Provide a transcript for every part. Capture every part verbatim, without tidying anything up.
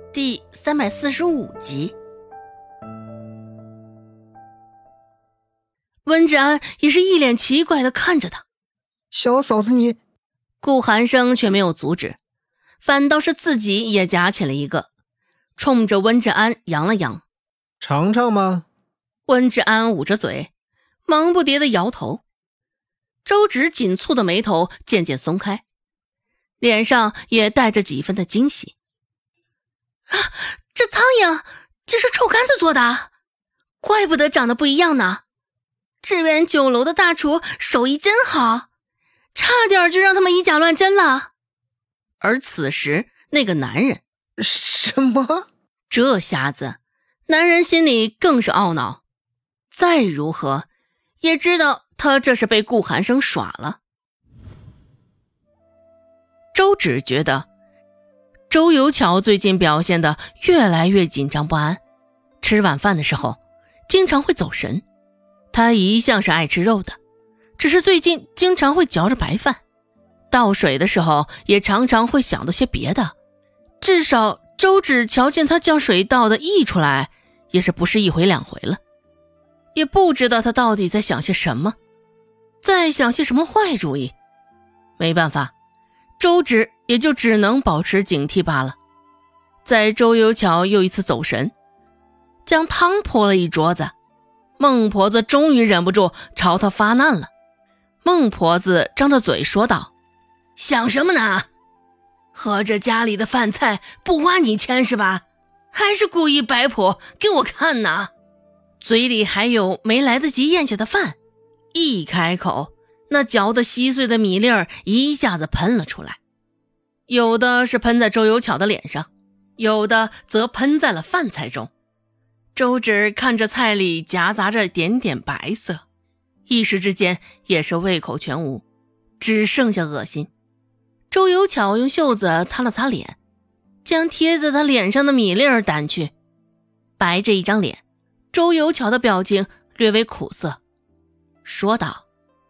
第三百四十五集。温志安也是一脸奇怪地看着他。 小嫂子你…… 顾寒生却没有阻止，反倒是自己也夹起了一个，冲着温志安扬了扬。 尝尝吗？ 温志安捂着嘴，忙不迭地摇头。周芷紧蹙的眉头渐渐松开，脸上也带着几分的惊喜。啊，这苍蝇，这是臭干子做的，怪不得长得不一样呢。致远酒楼的大厨手艺真好，差点就让他们以假乱真了。而此时那个男人， 什么？ 这下子男人心里更是懊恼，再如何也知道他这是被顾寒生耍了。周芷觉得周有巧最近表现得越来越紧张不安，吃晚饭的时候经常会走神。他一向是爱吃肉的，只是最近经常会嚼着白饭，倒水的时候也常常会想到些别的。至少周芷瞧见他将水倒的溢出来，也是不是一回两回了，也不知道他到底在想些什么，在想些什么坏主意。没办法，周芷也就只能保持警惕罢了。在周有巧又一次走神，将汤泼了一桌子，孟婆子终于忍不住朝他发难了。孟婆子张着嘴说道：想什么呢？喝着家里的饭菜不花你钱是吧？还是故意摆谱给我看呢？嘴里还有没来得及咽下的饭，一开口，那嚼得稀碎的米粒儿一下子喷了出来，有的是喷在周有巧的脸上，有的则喷在了饭菜中。周芷看着菜里夹杂着点点白色，一时之间也是胃口全无，只剩下恶心。周有巧用袖子擦了擦脸，将贴在他脸上的米粒儿掸去。白着一张脸，周有巧的表情略微苦涩，说道：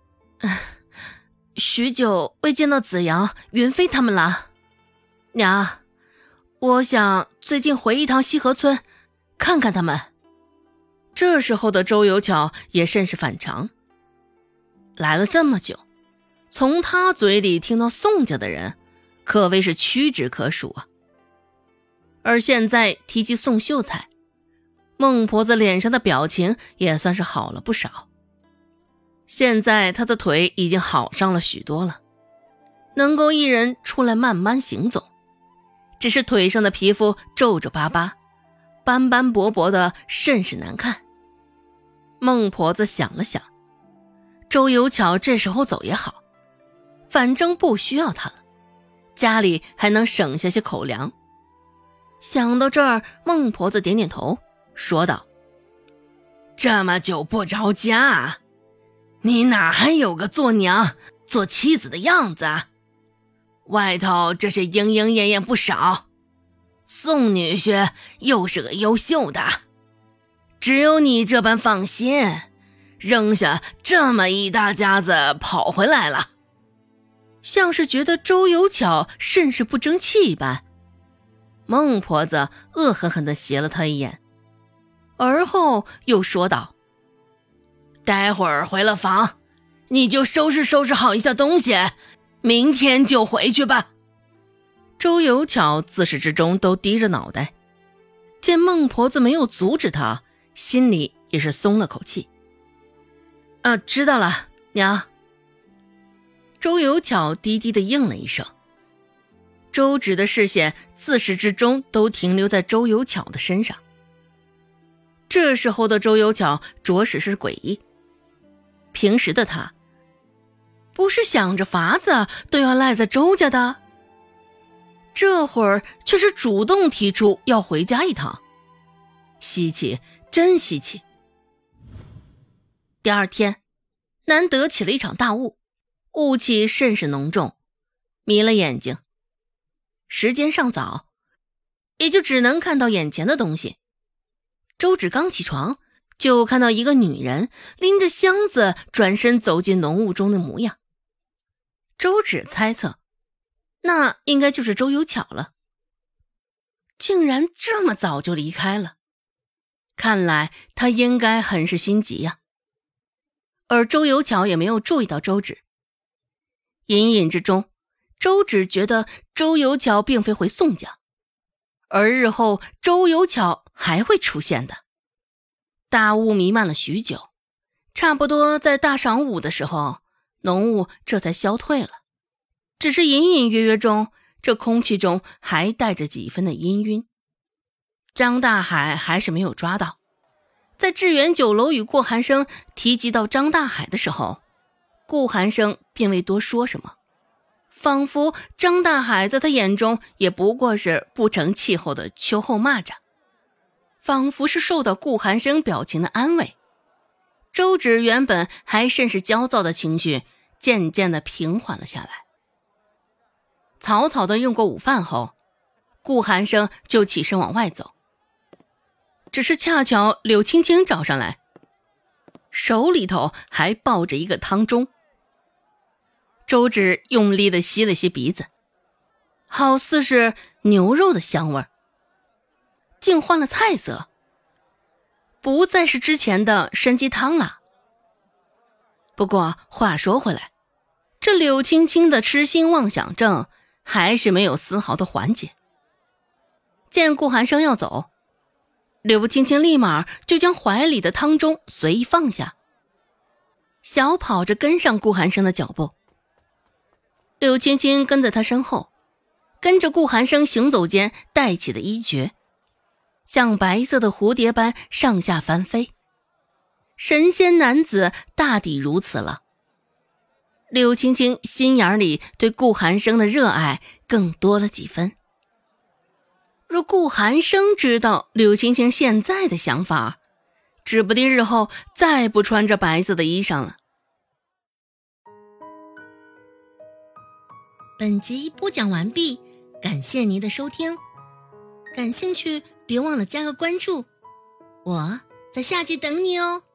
许久未见到子阳、云飞他们了。娘，我想最近回一趟西河村看看他们。这时候的周有巧也甚是反常，来了这么久，从他嘴里听到宋家的人可谓是屈指可数啊。而现在提及宋秀才，孟婆子脸上的表情也算是好了不少。现在她的腿已经好上了许多了，能够一人出来慢慢行走，只是腿上的皮肤皱皱巴巴，斑斑驳驳的，甚是难看。孟婆子想了想，周有巧这时候走也好，反正不需要他了，家里还能省下些口粮。想到这儿，孟婆子点点头，说道：这么久不着家，你哪还有个做娘做妻子的样子啊？外头这些莺莺燕燕不少，宋女婿又是个优秀的，只有你这般放心，扔下这么一大家子跑回来了。像是觉得周有巧甚是不争气一般，孟婆子恶狠狠地斜了他一眼，而后又说道：待会儿回了房，你就收拾收拾好一下东西，明天就回去吧。周有巧自始至终都低着脑袋，见孟婆子没有阻止他，心里也是松了口气。啊，知道了，娘。周有巧低低地应了一声。周芷的视线自始至终都停留在周有巧的身上。这时候的周有巧着实是诡异，平时的他不是想着法子都要赖在周家的，这会儿却是主动提出要回家一趟，稀奇，真稀奇。第二天，难得起了一场大雾，雾气甚是浓重，迷了眼睛。时间尚早，也就只能看到眼前的东西。周芷刚起床，就看到一个女人拎着箱子转身走进浓雾中的模样。周芷猜测，那应该就是周有巧了。 竟然这么早就离开了，看来他应该很是心急呀、啊。而周有巧也没有注意到周芷，隐隐之中，周芷觉得周有巧并非回宋家，而日后周有巧还会出现的。大雾弥漫了许久，差不多在大晌午的时候，浓雾这才消退了，只是隐隐约约中，这空气中还带着几分的氤氲。张大海还是没有抓到，在致远酒楼与顾寒生提及到张大海的时候，顾寒生并未多说什么，仿佛张大海在他眼中也不过是不成气候的秋后蚂蚱，仿佛是受到顾寒生表情的安慰。周芷原本还甚是焦躁的情绪渐渐地平缓了下来。草草地用过午饭后，顾寒生就起身往外走，只是恰巧柳青青找上来，手里头还抱着一个汤盅。周芷用力地吸了吸鼻子，好似是牛肉的香味，竟换了菜色，不再是之前的参鸡汤了。不过话说回来，这柳青青的痴心妄想症还是没有丝毫的缓解。见顾寒生要走，柳青青立马就将怀里的汤盅随意放下，小跑着跟上顾寒生的脚步。柳青青跟在他身后，跟着顾寒生行走间带起的衣角，像白色的蝴蝶般上下翻飞。神仙男子大抵如此了。柳青青心眼里对顾寒生的热爱更多了几分。若顾寒生知道柳青青现在的想法，指不定日后再不穿着白色的衣裳了。 本集播讲完毕，感谢您的收听。感兴趣别忘了加个关注，我在下集等你哦。